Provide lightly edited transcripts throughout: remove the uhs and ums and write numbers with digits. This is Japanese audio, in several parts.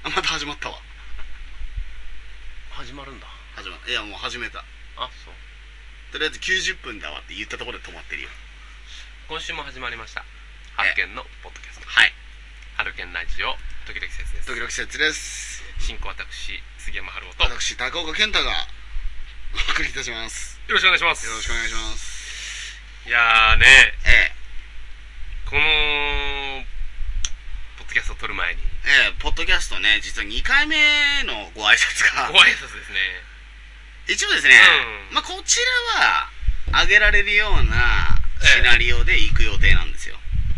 あ、また始まったわ。 始まるんだ。 いや、もう始めた。 あ、そう。 とりあえず90分だわって言ったところで止まってるよ。 今週も始まりました。春健のポッドキャスト。 はい。 春健ラジオ、時々説です。 時々説です。 進行私、杉山春夫と。 私、高岡健太がお送りいたします。 よろしくお願いします。 よろしくお願いします。 いやーね、 ええ。 この、ポッドキャストを撮る前に。 ポッドキャストね、実は2回目のご挨拶が。 ご挨拶ですね。 一応ですね、まあこちらは、上げられるようなシナリオで行く予定なんですよ。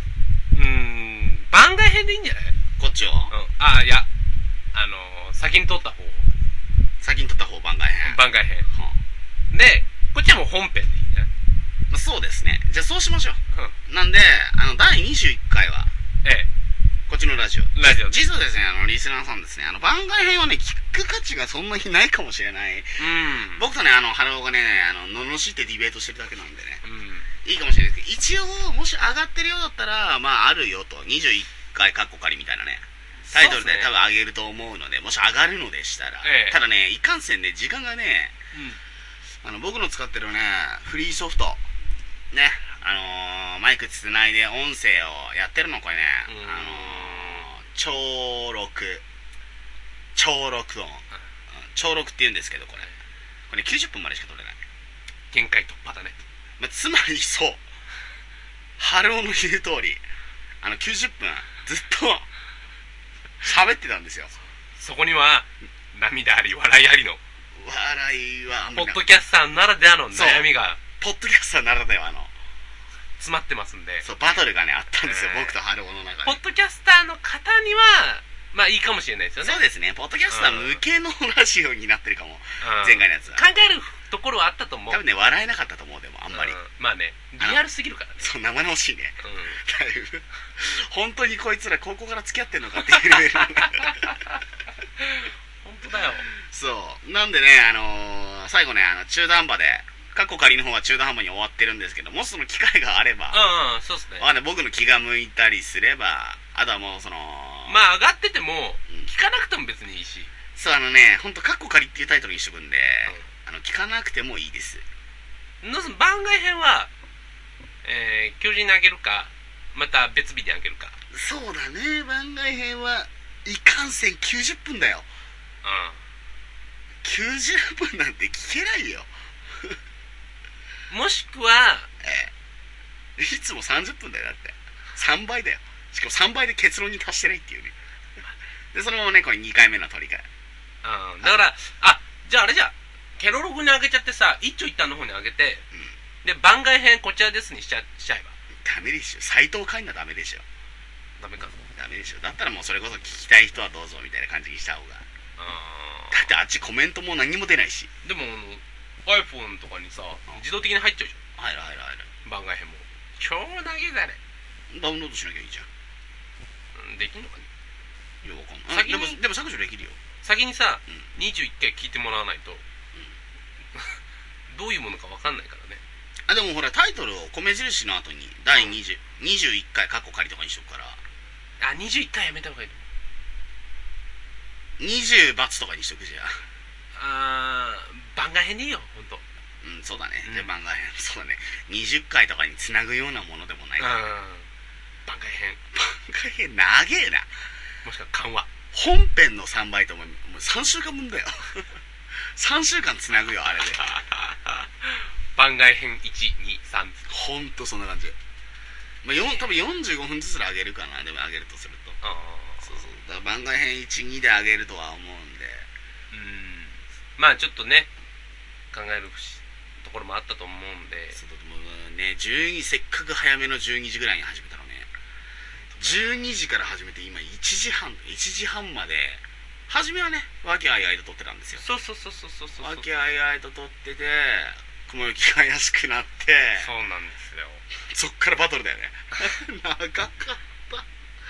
番外編でいいんじゃない？ こっちを、 いや、先に撮った方。 先に撮った方、番外編。 番外編。で、こっちはもう本編でいいね。 まあ、そうですね。じゃあそうしましょう。なんで、第21回は、こっちのラジオ。実はですね、リスナーさんですね、番外編はね、聞く価値がそんなにないかもしれない。僕とね、春尾がね、罵ってディベートしてるだけなんでね、いいかもしれないですけど、一応、もし上がってるようだったら、まあ、あるよと、21回カッコ仮みたいなね、タイトルで多分上げると思うので、もし上がるのでしたら、ただね、いかんせんね、時間がね、僕の使ってるね、フリーソフト、ね、マイクつないで音声をやってるのこれね、超録音、超録って言うんですけど、これ90分までしか撮れない。 限界突破だね。 つまりそう、春尾の言う通り、90分ずっと喋ってたんですよ。 そこには涙あり笑いありの、 笑いはポッドキャスターならではの悩みが、 ポッドキャスターならではの詰まってますんで、 そう、バトルがねあったんですよ、僕と春尾の中で。 ポッドキャスターの方にはまあいいかもしれないですよね。 そうですね、ポッドキャスター向けのラジオになってるかも、前回のやつは。 考えるところはあったと思う。 多分ね、笑えなかったと思う。でもあんまり、 まあね、リアルすぎるからね。 そう、生々しいね、だいぶ本当にこいつら高校から付き合ってんのかっていうレベル本当だよ。 そうなんでね、最後ね、中途半端で、カッコ仮の方は中途半端に終わってるんですけど、もしその機会があれば、 そうですね。 僕の気が向いたりすれば、あとはもうまあ上がってても聞かなくても別にいいし、 そう本当カッコ仮っていうタイトルにしとくんで、聞かなくてもいいです。 番外編は、巨人にあげるか、また別日にあげるか。 そうだね、番外編はいかんせん90分だよ。90分なんて聞けないよもしくは、 いつも30分だよ。だって3倍だよ。しかも3倍で結論に達してないっていうね。でそのままね、これ2回目の取り替え。 だから、じゃああれじゃ、ケロログにあげちゃってさ、一丁一短の方にあげて、で番外編こちらですにしちゃえば。 ダメでしょ、斎藤海奈ダメでしょ。 ダメか。 ダメでしょ。だったらもうそれこそ聞きたい人はどうぞみたいな感じにした方が。だってあっちコメントも何も出ないし。 でもiPhone とかにさ、自動的に入っちゃうじゃん。 入る。 番外編も超投げだね。 ダウンロードしなきゃいいじゃん。できんのかね。 いや、わかんない。でも削除できるよ。 先にさ、21回聞いてもらわないと、どういうものかわかんないからね。 でもほら、タイトルを米印の後に第21回カッコ仮とかにしとくから、 21回やめた方がいいの。 20罰とかにしとくじゃ番外編でいいよ、ほんと。 そうだね。じゃあ番外編、そうだね。20回とかにつなぐようなものでもないから。 番外編。 番外編長えな。 もしくは緩和。 本編の3倍ともう3週間分だよ3週間つなぐよ、あれで番外編1、2、3。 ほんとそんな感じ。多分45分ずつで上げるかな。でも上げるとすると。そうだから番外編1、2で上げるとは思うんで。 まあちょっとね、考えるところもあったと思うんで。 そうだと思うね。せっかく早めの12時ぐらいに始めたのね。12時から始めて今1時半まで、初めはね、和気あいあいと撮ってたんですよ。 そう。 和気あいあいと撮ってて、雲行きが怪しくなって、 そうなんですよ。 そっからバトルだよね長かった。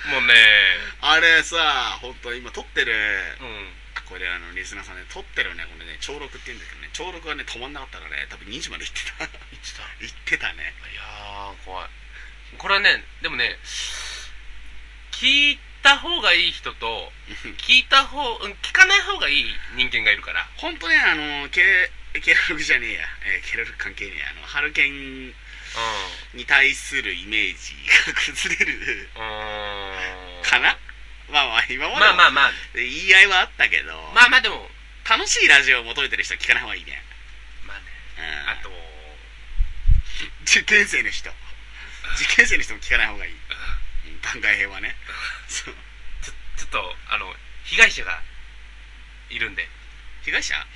もうね、 あれさ、本当今撮ってる、これリスナーさんね、撮ってるね、これね、超録って言うんだけどね、超録がね、止まんなかったらね、多分2時まで行ってたね。 いやー、怖い。これはね、でもね、聞いた方がいい人と聞かない方がいい人間がいるから。 本当ね、ケロログじゃねえや、ケロログ関係ねえや、ハルケンに対するイメージが崩れるかな。まあまあ今までも言い合いはあったけど、 まあまあでも楽しいラジオを求めてる人は聞かない方がいいね。 まあね、あと受験生の人も聞かない方がいい。番外編はね。 ちょっと被害者がいるんで。 被害者って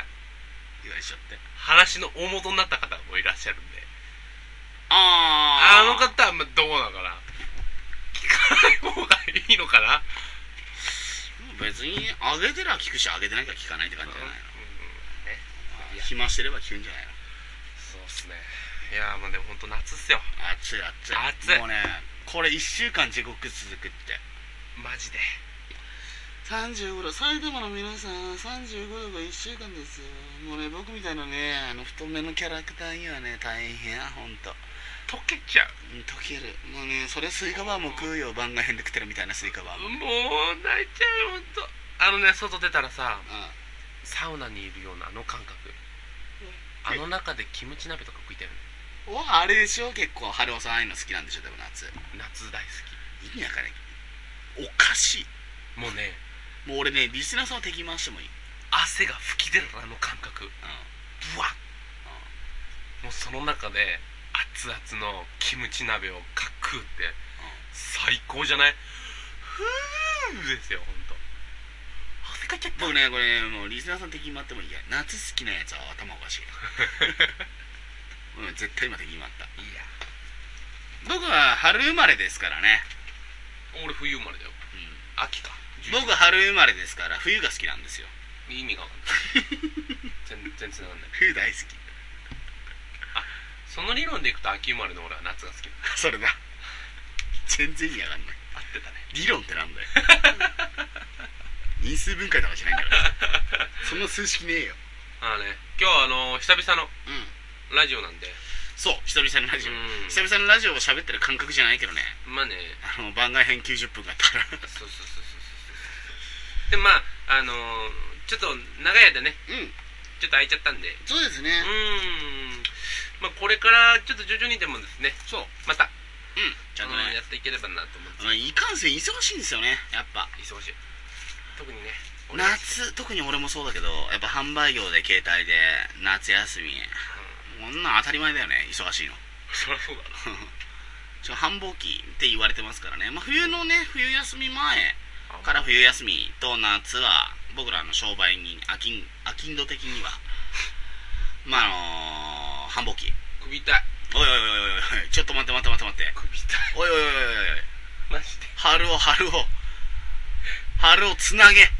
話の大元になった方もいらっしゃるんで。 あの方はどうなのかな、聞かない方がいいのかな。 別にあげてら聞くし、あげてなきゃ聞かないって感じじゃないの。暇してれば聞くんじゃないの。 そうっすね。いやもうね、ほんと夏っすよ。 暑いもうね、これ1週間地獄続くって。 マジで 35度、埼玉の皆さん35度が1週間ですよ。もうね、僕みたいなね、太めのキャラクターにはね、大変。ほんと溶けちゃう。 溶ける。もうね、それスイカバーも食うよ。番外編で食ってるみたいなスイカバーも。 もう泣いちゃう。ほんと外出たらさ、サウナにいるような感覚。中でキムチ鍋とか食いたいよね。 あれでしょ、結構春尾さんああいうの好きなんでしょ。でも夏大好き。 意味わかんない。おかしい。 もうね、 もう俺ね、リスナーさんを敵回してもいい。 汗が吹き出る感覚。ブワッ。もうその中で熱々のキムチ鍋を食うって最高じゃない？ふーですよ、ほんと。汗かいちゃった。 僕ね、これもうリスナーさん敵回ってもいいや。夏好きなやつは頭おかしい。絶対今敵回った。いや、僕は春生まれですからね。 俺冬生まれだよ。秋か。 僕は春生まれですから冬が好きなんですよ。 意味が分かんない。全然つながんない。 冬大好き。 その理論でいくと秋生まれの俺は夏が好き。 それだ。全然意味わかんない。 合ってたね。 理論ってなんだよ。因数分解とかしないんだから。そんな数式ねえよ。 今日は久々のラジオなんで。 そう、久々のラジオ。久々のラジオを喋ってる感覚じゃないけどね。 まあね、 番外編90分があったから。 そう。でまあちょっと長い間ね、ちょっと空いちゃったんで。 そうですね。 まあこれからちょっと徐々にでもですね、またちゃんとねやっていければなと思って。 いかんせん忙しいんですよね、やっぱ。 忙しい。特にね、 夏、特に俺もそうだけど、やっぱ販売業で携帯で夏休み、こんなん当たり前だよね、忙しいの。 そりゃそうだな。 繁忙期って言われてますからね。まあ冬のね、冬休み前から冬休みと夏は僕らの商売に飽きんど的にはまあ繁忙期。 首痛い。 おいちょっと待って。 首痛い。 おいマジで春をつなげ。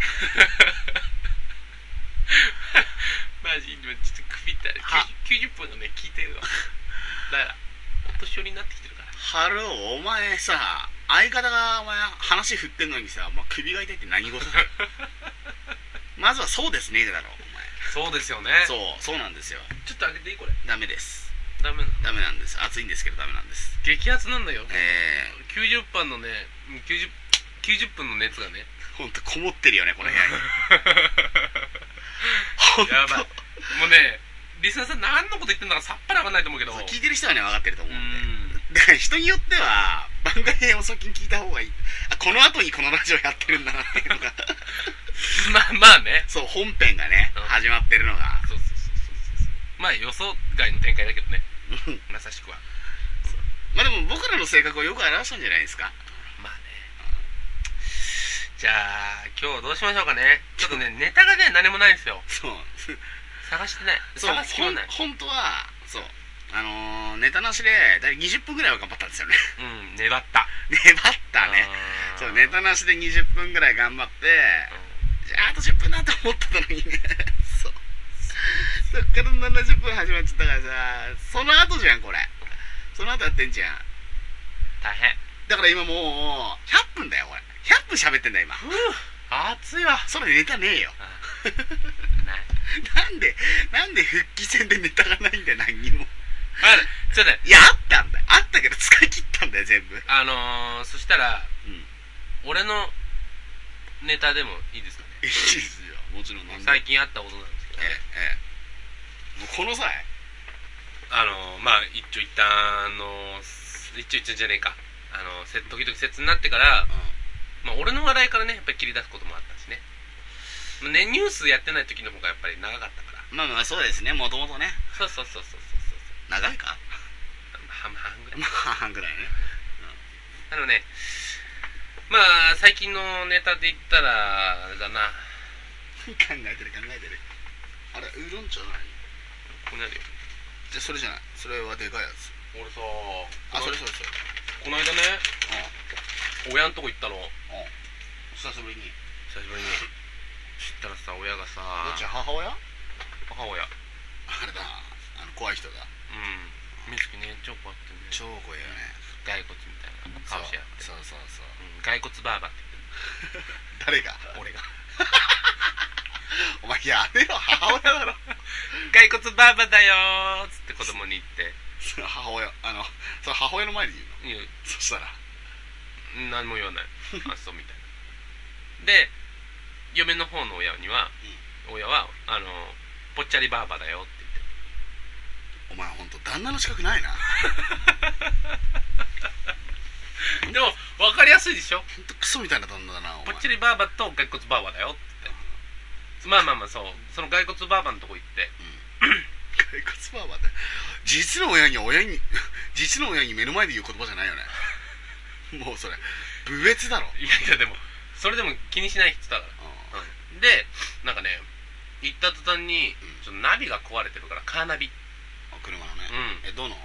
マジでちょっと首痛い。90分のね聞いてるわ。だから年寄りになってきてるから。 春尾、お前さ、相方がお前話振ってんのにさ、首が痛いって何事だよ。まずはそうですねだろ、お前。 そうですよね。 そうなんですよ。 ちょっと開けていいこれ。 ダメです。 ダメなんです。暑いんですけどダメなんです。 激アツなんだよ。90分のね、90分の熱がね、 ほんとこもってるよね、この部屋に。 やばい。もうね、リスナーさん何のこと言ってんだかさっぱりわかんないと思うけど、 聞いてる人はね分かってると思うんで。だから人によっては番外編を先に聞いた方がいい。この後にこのラジオやってるんだなっていうのが。 まあね。 そう、本編がね、始まってるのが。 そう。まあ予想外の展開だけどね。まさしくは。 まあでも僕らの性格をよく表したんじゃないですか。 まあね。じゃあ今日どうしましょうかね。ちょっとね、ネタがね何もないんですよ。 そう。 探してない。探す気もない。 本当はそうネタなしで20分ぐらいは頑張ったんですよね。 粘ったね。そう、ネタなしで20分ぐらい頑張って、じゃああと10分だと思ってたのにね。そうそっから70分始まっちゃったからさ、その後じゃんこれ。その後やってんじゃん。 大変だから今もう100分だよこれ。100分喋ってんだ今。 熱いわ。 それネタねえよ。なんで復帰戦でネタがないんだよ。何にも。 ちょっとね、 いやあったけど使い切ったんだよ全部。 そしたら俺のネタでもいいですかね。 いいですよ、もちろん。 最近あったことなんですけどね。 もうこの際まあ一長一短じゃねえか、時々説になってから、まあ俺の話題からねやっぱり切り出すこともあったしね。ね、ニュースやってない時の方がやっぱり長かったから。 まあそうですね、もともとね。 そう長いか、 半々ぐらい。 まあ半々ぐらいね。 ね、まあ最近のネタで言ったらあれだな。 考えてる。あれウーロン茶何？ これあるよ。 じゃそれじゃない、それはでかいやつ。 俺さそれこの間ね、親んとこ行ったの。 久しぶりに知ったらさ、親がさ、 どっち、母親？ 母親。 あれだ、怖い人だ。 美月ね、超怖くてね。 超怖いよね。 骸骨みたいな顔しやがって。 そう、 骸骨バーバーって言ってる。誰が？ 俺が。 お前やめろ、母親だろ。 骸骨バーバーだよーっつって子供に言って。 母親、それ母親の前で言うの？そしたら何も言わない。あ、そうみたいな。で、嫁の方の親はぽっちゃりバーバーだよって言って。 お前ほんと旦那の資格ないな。 でも分かりやすいでしょ。 ほんとクソみたいな旦那だな。お前ぽっちゃりバーバーと骸骨バーバーだよって言って。まあそう、その骸骨バーバーのとこ行って、 骸骨バーバーって実の親に目の前で言う言葉じゃないよね。もうそれ侮蔑だろ。 いやでもそれでも気にしない人だから。でなんかね、行った途端にちょっとナビが壊れてるから、カーナビ、 車のね。どの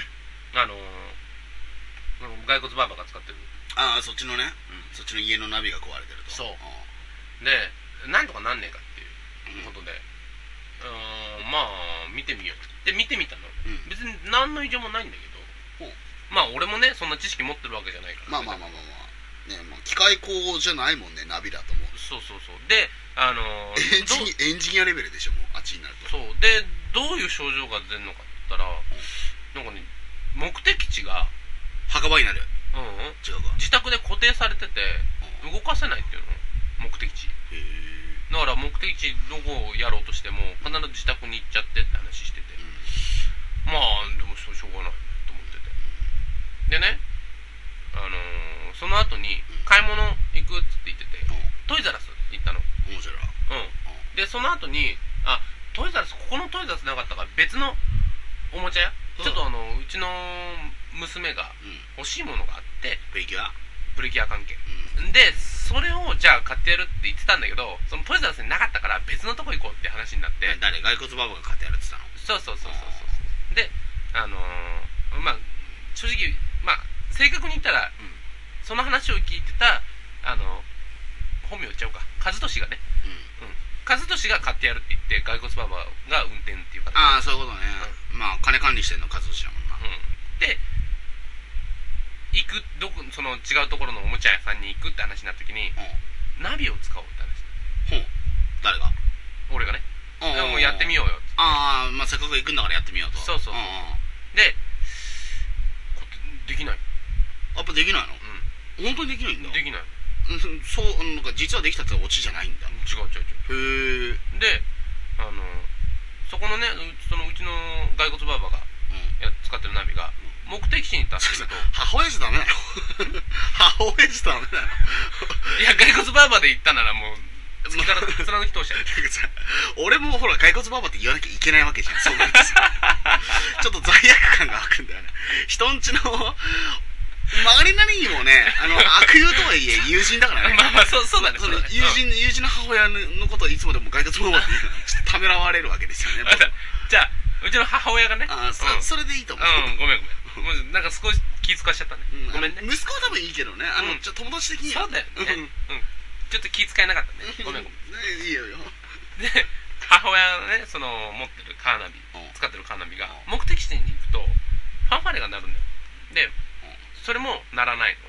骸骨バーバーが使ってる。 そっちのね、そっちの家のナビが壊れてると。 そうで、なんとかなんねえかっていうことで、まあ見てみようで見てみたの。別に何の異常もないんだけど、まあ俺もねそんな知識持ってるわけじゃないから。まあね、機械工じゃないもんね、ナビだと思う。 そうでエンジニアレベルでしょ、もうあっちになると。 そうで、どういう症状が出るのかって言ったら、なんかね、目的地が墓場になる。違うか、 自宅で固定されてて動かせないっていうの、目的地。だから目的地どこをやろうとしても必ず自宅に行っちゃってって話してて、まあでもしょうがないと思ってて。でね、その後に買い物行くっつって言ってて、トイザラス行ったの。 面白い。 でその後にトイザラス、ここのトイザラスなかったから別のおもちゃ屋、ちょっとうちの娘が欲しいものがあって、 プリキュア関係、でそれをじゃあ買ってやるって言ってたんだけど、そのトイザラスになかったから別のとこ行こうって話になって。 誰？骸骨ババが買ってやるって言ったの？ そうでまあ正直、まあ正確に言ったら、その話を聞いてた本名言っちゃおうか、和俊がね、和俊が買ってやるって言って骸骨ババが運転っていう形。 そういうことね。まあ金管理してるの和俊だもんな。 で行く、その違うところのおもちゃ屋さんに行くって話になった時に、ナビを使おうって話。 誰が？ 俺がね。でもやってみようよって。 まあせっかく行くんだからやってみようと。 そうでできない。 やっぱできないの？本当にできないんだ。 できない。 そう、なんか実はできたってオチじゃないんだ。 違う。 へえ。 でそこのね、そのうちの骸骨ババが使ってるナビが目的地に達すると、 母親じゃダメなの？母親じゃダメなの？ いや、骸骨ババで行ったならもう貫き通しちゃう。 俺もほら骸骨ババって言わなきゃいけないわけじゃん。そうなんですよ。ちょっと罪悪感が湧くんだよね。人んちの周りなりにもね、悪友とはいえ友人だからね。 まあそうだね。 友人の母親のことをいつもでも骸骨ババって言うのはちょっとためらわれるわけですよね。 じゃあうちの母親がね、 それでいいと思う。 ごめんなんか少し気遣わしちゃったね。ごめんね。 息子は多分いいけどね、友達的には。 そうだよね。ちょっと気遣えなかったね。ごめん。いいよ。 で、母親がね、その持ってるカーナビ、使ってるカーナビが目的地に行くとファンファレが鳴るんだよ。で、それも鳴らないの。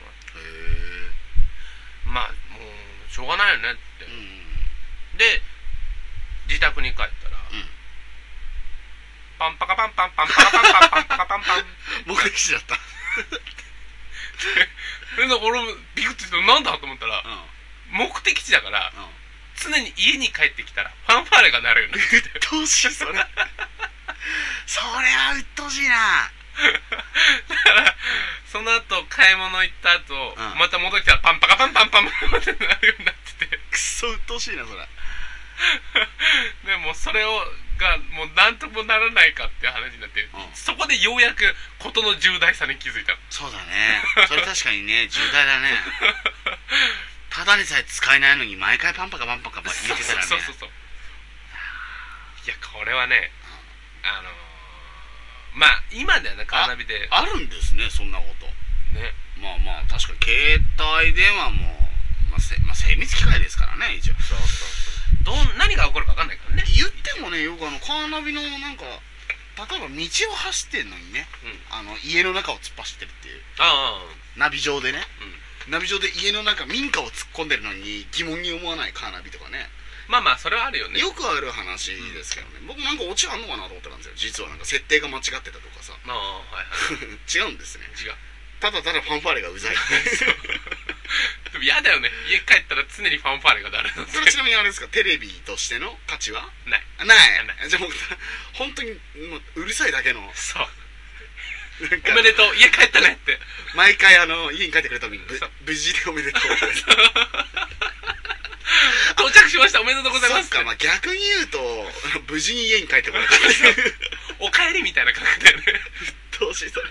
まあもうしょうがないよねって。で、自宅に帰ったら、パンパカパンパンパンパカパンパンパンパカパンパン。 目的地だった。 俺もビクッとしてなんだと思ったら、目的地だから、常に家に帰ってきたらファンファーレが鳴るようになって。 うっとうしいそれ。それはうっとうしいな。 だからその後買い物行った後、また戻ってきたらパンパカパンパンパンパンってなるようになってて、 くそうっとうしいなそれ。 でもそれがもうなんともならないかっていう話になって、そこでようやく事の重大さに気づいたの。 そうだね、それ確かにね、重大だね。ただでさえ使えないのに毎回パンパカパンパカ言ってたらね。 そういやこれはね、まあ今ではね、カーナビであるんですね、そんなことね。まあ確かに携帯電話も、精密機械ですからね、一応。 何が起こるか分かんないからね。 言ってもね、よくカーナビのなんか例えば道を走ってんのにね、家の中を突っ走ってるっていう、ナビ上でね、ナビ上で家の中民家を突っ込んでるのに疑問に思わないカーナビとかね。 まあそれはあるよね。 よくある話ですけどね、僕なんかオチあんのかなと思ってたんですよ。実はなんか設定が間違ってたとかさ。違うんですね。 違う。 ただただファンファーレがうざい。 でも嫌だよね、家帰ったら常にファンファーレが鳴るの。 それちなみにあれですか、テレビとしての価値はない。 じゃあ僕本当にもううるさいだけの。 そうおめでとう家帰ったねって毎回家に帰ってくるたびに無事でおめでとう到着しました、おめでとうございます。 そうか、逆に言うと無事に家に帰ってこられたお帰りみたいな感覚だよね。 どうしそれ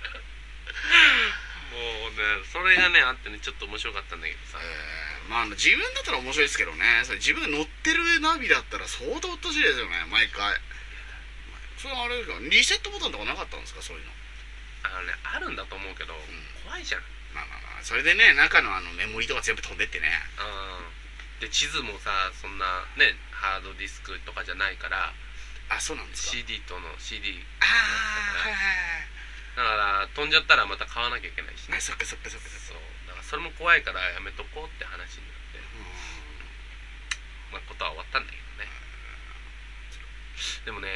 もうね、それがねあってね、ちょっと面白かったんだけどさ、 自分だったら面白いですけどね、それ自分が乗ってるナビだったら相当うっとうしいですよね、毎回。それあれですか、リセットボタンとかなかったんですか、そういうの。 あるんだと思うけど、怖いじゃん。 それでね、中のメモリとか全部飛んでってね。 で地図もさ、そんなねハードディスクとかじゃないから。 そうなんですか。 CD との CD はいだから飛んじゃったらまた買わなきゃいけないしね。 そっか。 そうだからそれも怖いからやめとこうって話になって、ことは終わったんだけどね。でもね、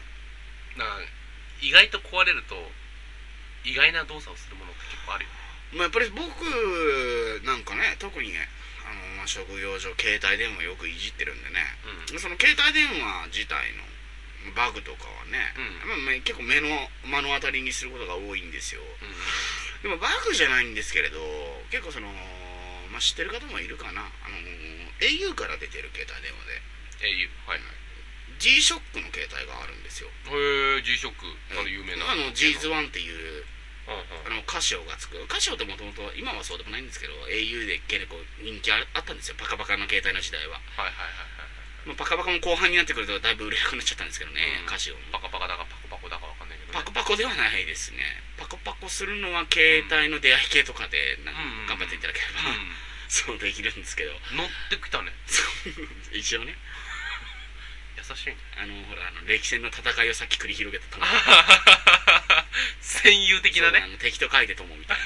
意外と壊れると意外な動作をするものって結構あるよね。 やっぱり僕なんかね、特にね、職業上携帯電話よくいじってるんでね、その携帯電話自体のバグとかはね、結構目の当たりにすることが多いんですよ。でもバグじゃないんですけれど、結構知ってる方もいるかな、au から出てる携帯電話で au、はい、 G-SHOCK の携帯があるんですよ。 へえ、 G-SHOCK、有名な G-SONE っていうカシオがつく。カシオってもともと今はそうでもないんですけど au で結構人気あったんですよ、パカパカの携帯の時代は。パカパカも後半になってくるとだいぶ売れなくなっちゃったんですけどね、カシオも。 パカパカだかパコパコだかわかんないけど、 パコパコではないですね。パコパコするのは携帯の出会い系とかで頑張っていただければそうできるんですけど。 乗ってきたね一応ね、 優しいね。 ほら歴戦の戦いをさっき繰り広げた友戦友的なね。 敵と書いて友みたい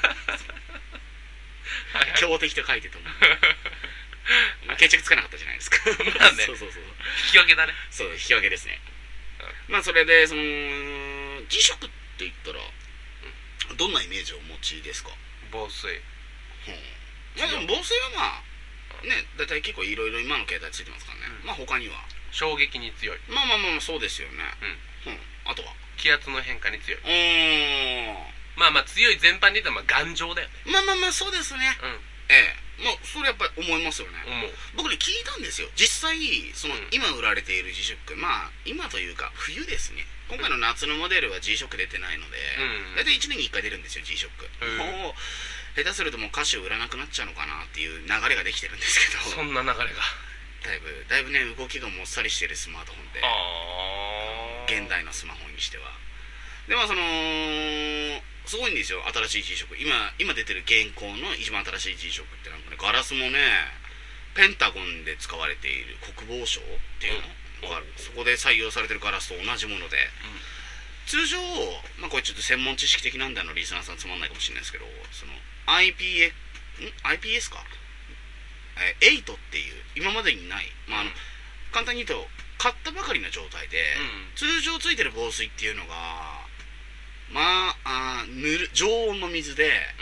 な強敵と書いて友決着つかなかったじゃないですか。 なんでそう引き分けだね。 そう、引き分けですね。それでG-SHOCKって言ったらどんなイメージをお持ちですか。 防水。 でも防水はね、だいたい結構いろいろ今の携帯ついてますからね。他には衝撃に強い。 そうですよね。あとは気圧の変化に強い。強い全般に言ったら頑丈だよね。 そうですね。それやっぱり思いますよね。僕ね聞いたんですよ、実際今売られている G-SHOCK、今というか冬ですね。今回の夏のモデルは G-SHOCK 出てないので、大体1年に1回出るんですよ G-SHOCK。もう下手するともう歌詞を売らなくなっちゃうのかなっていう流れができてるんですけど。 そんな流れがだいぶね、動きがもっさりしてるスマートフォンで、現代のスマホにしては。でもすごいんですよ、新しい G-SHOCK。今出てる現行の一番新しい G-SHOCK ってガラスもね、ペンタゴンで使われている国防省っていうのがある。そこで採用されてるガラスと同じもので、通常これちょっと専門知識的なんでリスナーさんつまんないかもしれないですけど、IPS か8っていう今までにない、簡単に言うと買ったばかりの状態で、通常ついてる防水っていうのが常温の水で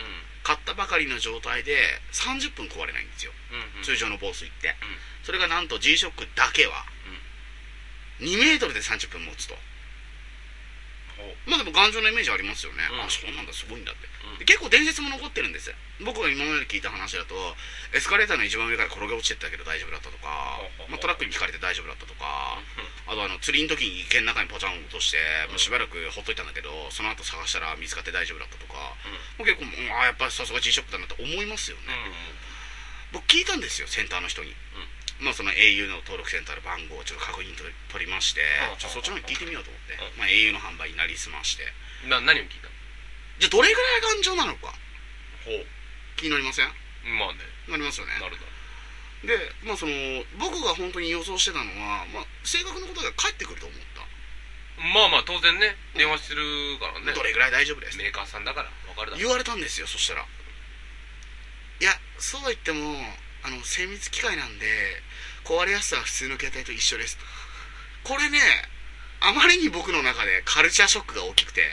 買ったばかりの状態で30分壊れないんですよ、通常の防水って、それがなんと G-SHOCK だけは2メートルで30分持つと。まあでも頑丈なイメージありますよね、あ、そうなんだ、すごいんだって、結構伝説も残ってるんです。僕が今まで聞いた話だと、エスカレーターの一番上から転げ落ちてったけど大丈夫だったとか、トラックにひかれて大丈夫だったとか、あと釣りの時に池の中にポチャン落としてもうしばらくほっといたんだけど、その後探したら見つかって大丈夫だったとか、もう結構やっぱりさすが G-SHOCK だなと思いますよね、僕聞いたんですよ、センターの人に、その au の登録センターの番号をちょっと確認取りまして、そっちの方に聞いてみようと思って、au の販売になりすまして、 何を聞いたの？ じゃあどれぐらい頑丈なのか気になりません？ まあね、 なりますよね。 なるだで、僕が本当に予想してたのは、正確なことが返ってくると思った。 まあ当然ね、電話するからね、 どれぐらい大丈夫です、 メーカーさんだから分かるだろ言われたんですよ。そしたら、いや、そうは言っても精密機械なんで壊れやすさは普通の携帯と一緒ですと。これね、あまりに僕の中でカルチャーショックが大きくて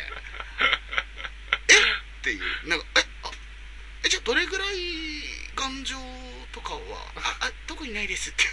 っていう、じゃあどれぐらい頑丈とかは特にないですって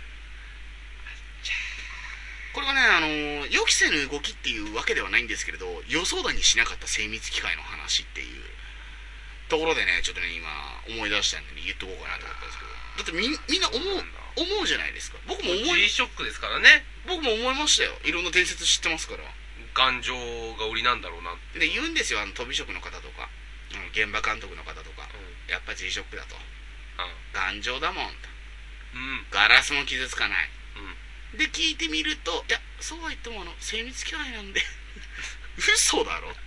これがね、予期せぬ動きっていうわけではないんですけれど、予想だにしなかった精密機械の話っていうところでね、ちょっとね今思い出したんで、言っとこうかなと思ったんですけど、だってみんな思うじゃないですか。僕も G-SHOCK ですからね。 僕も思いましたよ。いろんな伝説知ってますから。 頑丈が売りなんだろうなってで言うんですよ、飛び職の方とか現場監督の方とか、やっぱ G-SHOCK だと、頑丈だもんと、ガラスも傷つかない、で聞いてみると、いや、そうは言っても精密機械なんで嘘だろって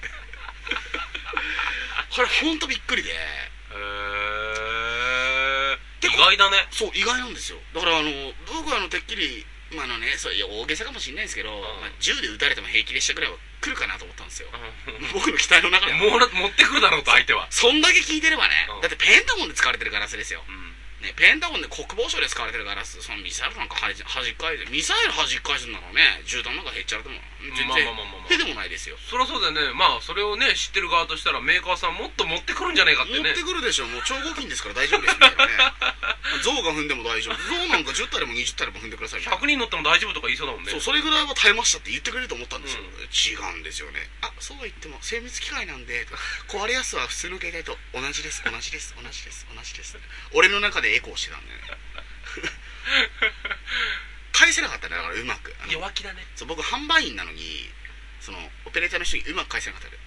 これほんとびっくりで、 意外だね。 そう、意外なんですよ。だから僕はてっきりそういう大げさかもしれないですけど、銃で撃たれても平気でしたぐらいは来るかなと思ったんですよ、僕の期待の中で持ってくるだろうと、相手はそんだけ聞いてればね、だってペンタゴンで使われてるガラスですよ、ペンタゴンで国防省で使われてるガラス、そのミサイルなんか弾っ返して、ミサイル弾っ返すんだろうね、銃弾なんか減っちゃうとも全然手でもないですよ。 そりゃそうだよね。それをね知ってる側としたら、メーカーさんもっと持ってくるんじゃないかってね。 持ってくるでしょ、もう超合金ですから大丈夫ですみたいなね象が踏んでも大丈夫、象なんか10体でも20体でも踏んでくださいみたいな、 100人乗っても大丈夫とか言いそうだもんね。 そう、それぐらいは耐えましたって言ってくれると思ったんですよ、違うんですよね。そうは言っても精密機械なんで壊れやすさは普通の携帯と同じです、同じです、同じです、同じです、俺の中でエコーしてたんだよね返せなかったね、だからうまく弱気だね。 そう、僕販売員なのにそのオペレーターの人にうまく返せなかったで、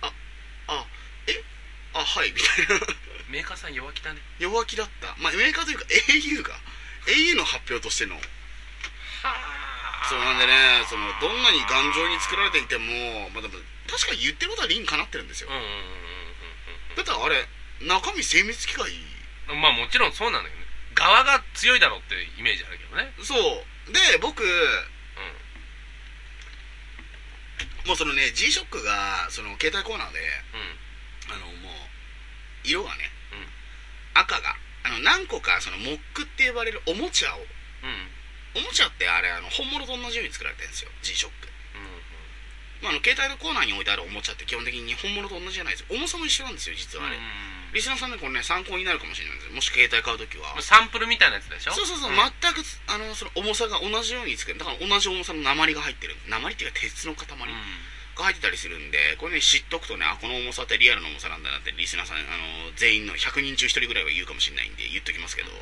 はいみたいなメーカーさん弱気だね。 弱気だった。メーカーというか au の発表としての、そうなんでね、どんなに頑丈に作られていても、でも確かに言ってることは理にかなってるんですよ。だってあれ中身精密機械、 もちろんそうなんだけどね、側が強いだろうってイメージあるけどね。 そうで、僕もうG-SHOCK が携帯コーナーで、もう色がね、赤が何個かモックって呼ばれるおもちゃを、おもちゃってあれ本物と同じように作られてるんですよ、 G-SHOCK。携帯のコーナーに置いてあるおもちゃって基本的に本物と同じじゃないです。重さも一緒なんですよ実はあれ。リスナーさんね、これね参考になるかもしれないんですよ、もし携帯買うときは。 サンプルみたいなやつでしょ。 そう、全くその重さが同じように作る。だから同じ重さの鉛が入ってる、鉛っていうか鉄の塊が入ってたりするんで、これね知っとくとね、この重さってリアルな重さなんだなってリスナーさん全員の100人中1人ぐらいは言うかもしれないんで言っときますけど、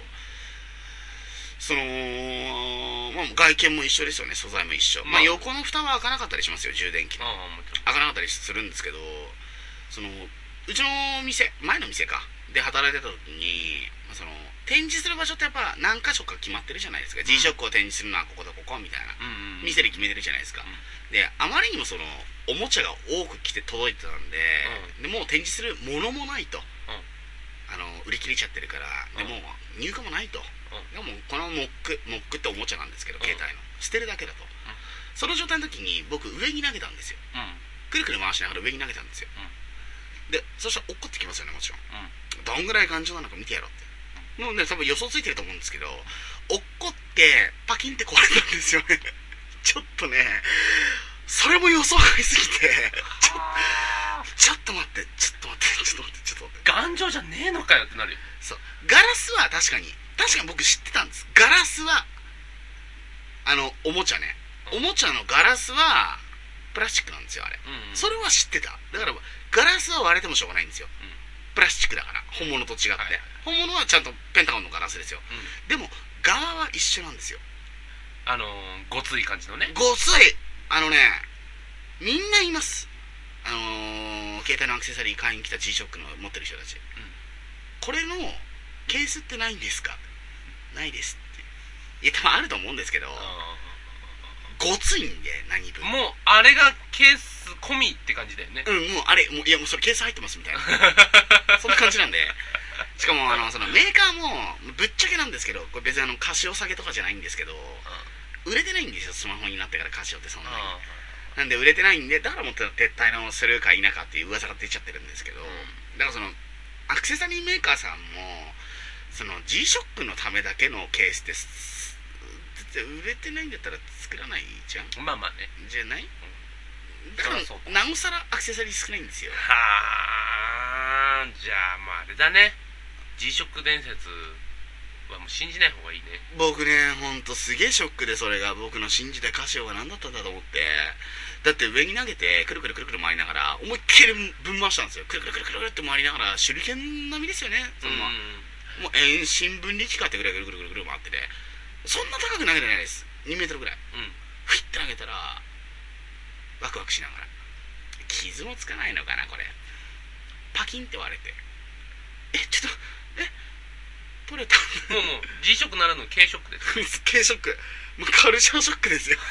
外見も一緒ですよね、素材も一緒。横の蓋は開かなかったりしますよ、充電器の開かなかったりするんですけど、うちの店、前の店かで働いてた時に、展示する場所ってやっぱ何箇所か決まってるじゃないですか。 G-SHOCK を展示するのはこことここみたいな、店で決めてるじゃないですか。であまりにもおもちゃが多く来て届いてたんで、もう展示するものもないと、売り切れちゃってるから、でもう入荷もないと、でもこのモックっておもちゃなんですけど、携帯の捨てるだけだと、その状態の時に僕上に投げたんですよ、くるくる回しながら上に投げたんですよ。でそしたら落っこってきますよね、もちろん。どんぐらい頑丈なのか見てやろうって、もうね多分予想ついてると思うんですけど、落っこってパキンって壊れたんですよねちょっとね、それも予想外すぎてちょっと待って頑丈じゃねえのかよってなるよ。 そう、ガラスは確かに僕知ってたんです。ガラスはおもちゃね、おもちゃのガラスはプラスチックなんですよあれ、それは知ってた。だからガラスは割れてもしょうがないんですよ、プラスチックだから本物と違って、本物はちゃんとペンタゴンのガラスですよ、でも側は一緒なんですよ。 ごつい感じのね。 ごついみんないます。携帯のアクセサリー買いに来た G-SHOCK の持ってる人たち、これのケースってないんですか、ないですって。いや多分あると思うんですけど、ごついんで何分もうあれがケース込みって感じだよね。 もうあれもういやもうそれケース入ってますみたいなそんな感じなんで、しかもそのメーカーもぶっちゃけなんですけど、これ別にカシオ下げとかじゃないんですけど、売れてないんですよスマホになってからカシオってそんなに。なんで売れてないんで、だからもっと撤退のするか否かっていう噂が出ちゃってるんですけど、だからそのアクセサリーメーカーさんもその G-SHOCK のためだけのケースです売れてないんだったら作らないじゃん。 まあまあね。 じゃない、だからなおさらアクセサリー少ないんですよ。 はあ、じゃあまああれだね、 G-SHOCK 伝説はもう信じない方がいいね。 僕ねほんとすげえショックで、それが僕の信じたカシオが何だったんだと思って。だって上に投げてくるくるくるくる回りながら思いっきりぶん回したんですよ。くるくるくるくるって回りながら手裏剣並みですよね。そのもう遠心分離機かってぐらいぐるくるくるくる回ってて、そんな高く投げてないです。2メートルぐらい、フィッて投げたらワクワクしながら、傷もつかないのかなこれ、パキンって割れて、ちょっと取れたもう G-SHOCK ならぬ K-SHOCK です。 K-SHOCK、もうカルチャーショックですよ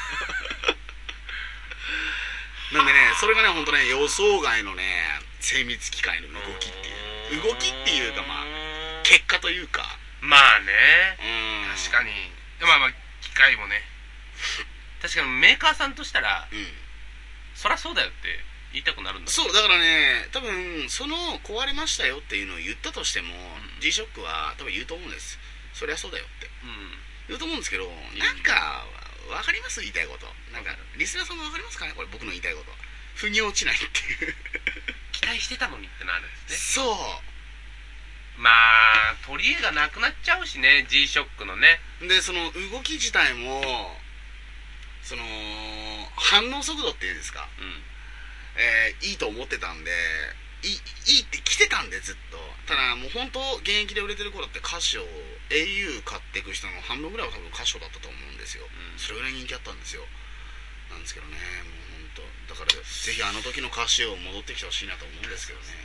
なんでね、それがねほんとね予想外のね精密機械の動きっていうか、まあ結果というか、 まあね、確かに。まあ機械もね確かにメーカーさんとしたら、そりゃそうだよって言いたくなるんだ。 そうだからね、多分その壊れましたよっていうのを言ったとしても、G-SHOCK は多分言うと思うんです。そりゃそうだよって、言うと思うんですけど、なんか分かります言いたいこと。なんかリスナーさんも分かりますかねこれ、僕の言いたいこと。腑に落ちないっていう期待してたのにってなるんですね。 そう、 まあ取り柄がなくなっちゃうしね、 G-SHOCK のね。でその動き自体もその反応速度っていうんですか、いいと思ってたんで、いいって来てたんでずっと。ただもう本当現役で売れてる頃ってカシオ au 買っていく人の半分ぐらいは多分カシオだったと思うんですよ、それぐらい人気あったんですよ。なんですけどね、もう本当だからぜひあの時のカシオ戻ってきてほしいなと思うんですけどね。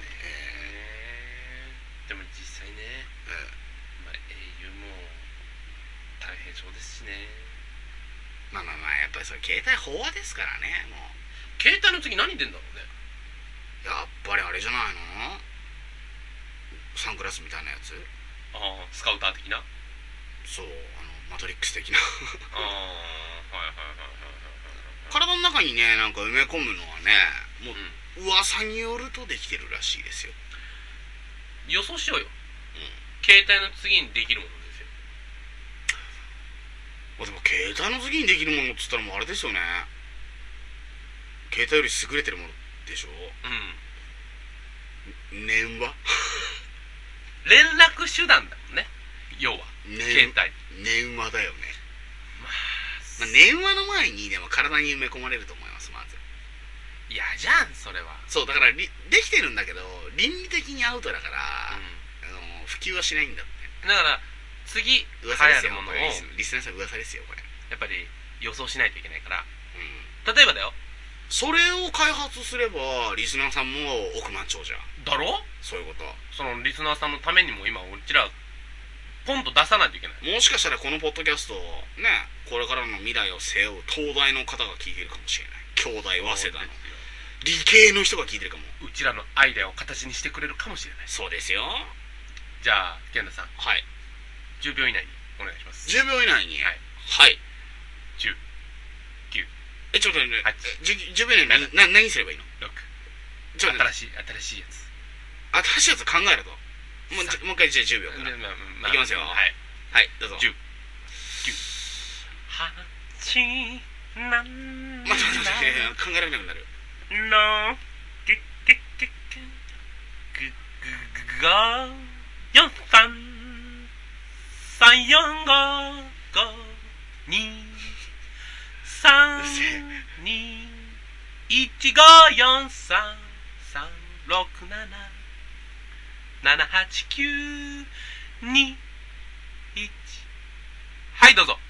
でも実際ね、まあ au も大変そうですしね。 まあやっぱりそれ携帯飽和ですからね。もう携帯の次何出んだろうね。 やっぱりあれじゃないの、サングラスみたいなやつ。 スカウター的な。 そう、マトリックス的な体の中にねなんか埋め込むのはね、もう噂によるとできてるらしいですよ。 予想しようよ、携帯の次にできるものですよ。 でも携帯の次にできるものっつったらもうあれですよね、携帯より優れてるものでしょ。電話連絡手段だもんね、要は携帯。 電話だよね。まあ電話の前にでも体に埋め込まれると思います。まず嫌じゃんそれは。 そうだからできてるんだけど倫理的にアウトだから、普及はしないんだって。 だから次流行るものをリスナーさん噂ですよこれ。 やっぱり予想しないといけないから、例えばだよ、 それを開発すればリスナーさんも億万長者だろ。 そういうこと。 そのリスナーさんのためにも今うちらポンと出さないといけない。 もしかしたらこのポッドキャストね、これからの未来を背負う東大の方が聞いてるかもしれない。京大早稲田の理系の人が聞いてるかも。 うちらのアイデアを形にしてくれるかもしれない。 そうですよ。 じゃあ健太さん、 はい、 10秒以内にお願いします。 10秒以内に。はい、 10、9、 ちょっとね、10秒以内に何すればいいの。 6、 ちょっと新しいやつ。 新しいやつ考えるともう一回じゃあ10秒からいきますよ。はいどうぞ。10、9、8、なん待って考えられなくなる。 のググググググはい、どうぞ。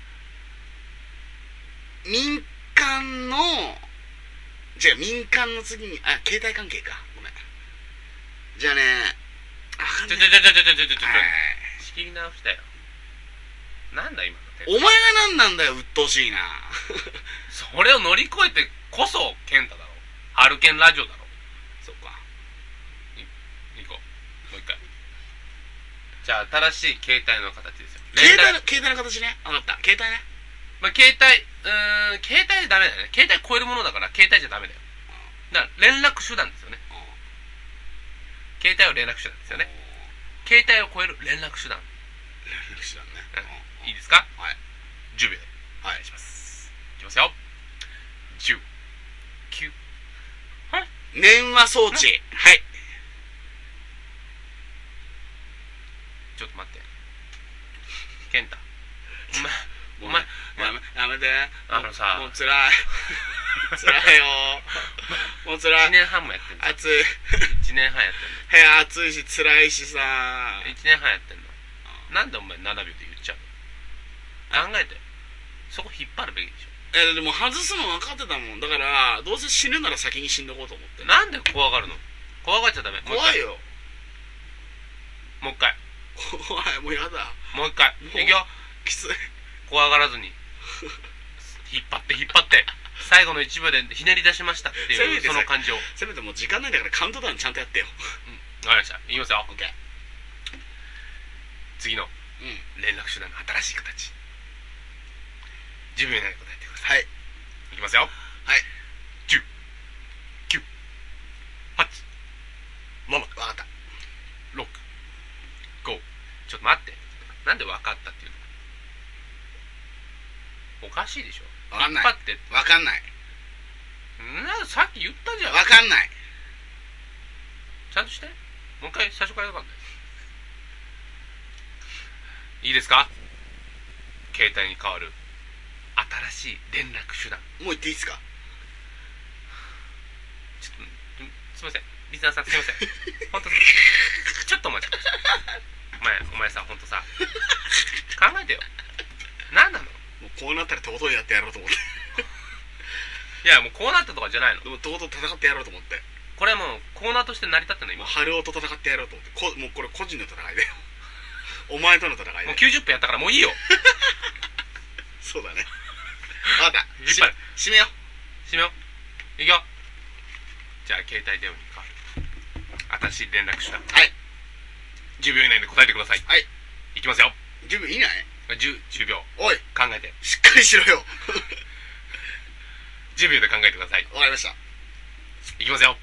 民間の民間の次に携帯関係か。ごめん。じゃあね、 仕切り直したよ。なんだ今のお前が何なんだよ、鬱陶しいな。 それを乗り越えてこそ健太だろ。ハルケンラジオだろ。 そっか。 行こう。もう一回。じゃあ新しい携帯の形ですよ。 携帯の形ね。分かった。携帯ね。 まあ、携帯ダメだよね。携帯超えるものだから携帯じゃダメだよ。だから連絡手段ですよね。携帯は連絡手段ですよね。携帯を超える連絡手段。 連絡手段ね。 いいですか？ はい。 10秒でお願いします。いきますよ。10、9、 電話装置。はい。 ちょっと待って。健太。お前やめて。 さ、 もう辛い。辛いよ。もう辛い。 1年半もやってんの。 暑い。 1年半やってんの。 部屋暑いし辛いしさ。 1年半やってんの。なんでお前7秒で言っちゃうの？考えて。そこ引っ張るべきでしょ。 でも外すの分かってたもん。だからどうせ死ぬなら先に死んどこうと思って。 なんで怖がるの？怖がっちゃダメ。 怖いよ。 もう一回。 怖い。もうやだ。 もう一回。いくよ。 きつい。 怖がらずに引っ張って最後の1秒でひねり出しましたっていうその感情。 せめてもう時間ないんだからカウントダウンちゃんとやってよ。 わかりました。いきますよ。 OK。 次の連絡手段の新しい形、10秒以内で答えてください。 はい。 いきますよ。はい。10、9、8、7、 分かった。 6、5。ちょっと待って。なんで分かったっていうの？おかしいでしょ。 分かんない。 引っ張って。 分かんない。 さっき言ったじゃん。 分かんない。 ちゃんとして。もう一回最初からよかったです。いいですか？携帯に代わる新しい連絡手段。 もう言っていいですか？ ちょっとすいません、リスナーさんすいません。本当ちょっとお待ちください。お前さ、本当さ、考えてよ。何なの？ もうこうなったらとことんやってやろうと思って。 いや、もうこうなったとかじゃないの。 でもとことん戦ってやろうと思って。 これはもうコーナーとして成り立ってんの今。 春男と戦ってやろうと思って。もうこれ個人の戦いだよ。お前との戦いだよ。 もう90分やったからもういいよ。 そうだね。分かった。 引っ張る。 閉めよう。 閉めよう。いくよ。じゃあ携帯電話に変わる新しい連絡手段。 はい。 10秒以内で答えてください。 はい。 いきますよ。 10秒以内 ？10秒。 おい、 考えて。 しっかりしろよ。 10秒で考えてください。 わかりました。 いきますよ。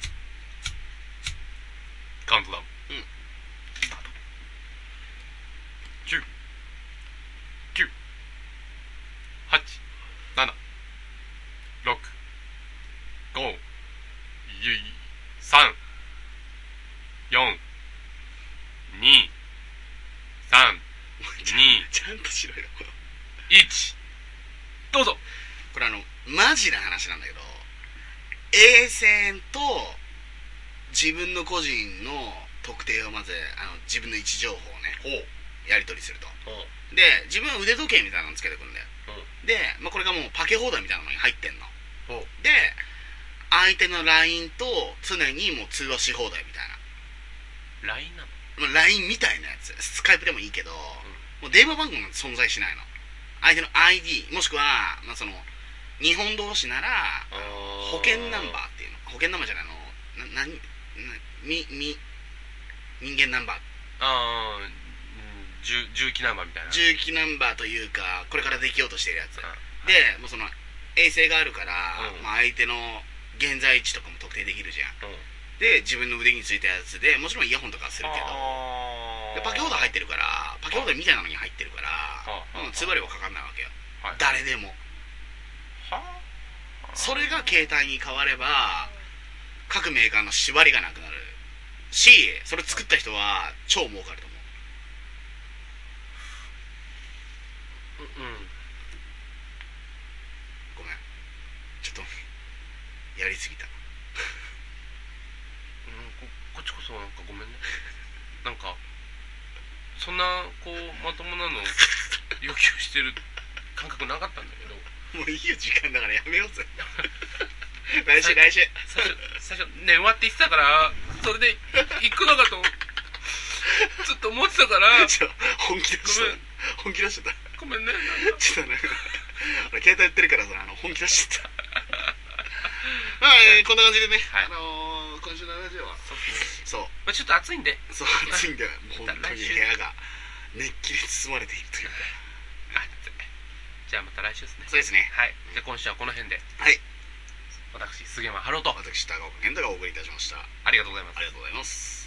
カウントダウン。スタート。10、9、8、7、6、5、3、4、2、3、2、 ちゃんとしろよ。 1。どうぞ。 これマジな話なんだけど、衛星と自分の個人の特定をまず自分の位置情報をねやり取りすると。で自分は腕時計みたいなのつけてくるんだよ。で、これがもうパケ放題みたいなのに入ってんので、相手の LINE と常にもう通話し放題みたいな。 LINE なの？ LINE みたいなやつ。スカイプでもいいけど、もう電話番号なんて存在しないの。相手の ID もしくは、その日本同士なら保険ナンバーっていうの。保険ナンバーじゃない人間ナンバー。 重機ナンバーみたいな。 重機ナンバーというか、これからできようとしてるやつ。で、もうその衛星があるから、相手の現在地とかも特定できるじゃん。で、自分の腕についたやつで、もちろんイヤホンとかするけど、でパケ放題入ってるから、パケ放題みたいなのに入ってるから、通話料はかかんないわけよ。誰でも。それが携帯に変われば、各メーカーの縛りがなくなる。 し、それ作った人は超儲かると思う。ごめん、ちょっとやりすぎた。 こっちこそなんかごめんね。なんかそんなこうまともなの要求してる感覚なかったんだけど。 もういいよ、時間だからやめようぜ。来週最初電話って言ってたから、それで行くのかとずっと思ってたから。 本気出しちゃった。 ごめんね。 ちょっとね、携帯売ってるからさ、本気出しちゃった。まあ、こんな感じでね、今週のラジオはそう、 ちょっと暑いんで、 そう暑いんで、もう本当に部屋が熱気に包まれているというか。 じゃあまた来週ですね。 そうですね。 はい。じゃあ今週はこの辺で。 はい。 私杉山春夫と私高岡健太がお送りいたしました。 ありがとうございます。 ありがとうございます。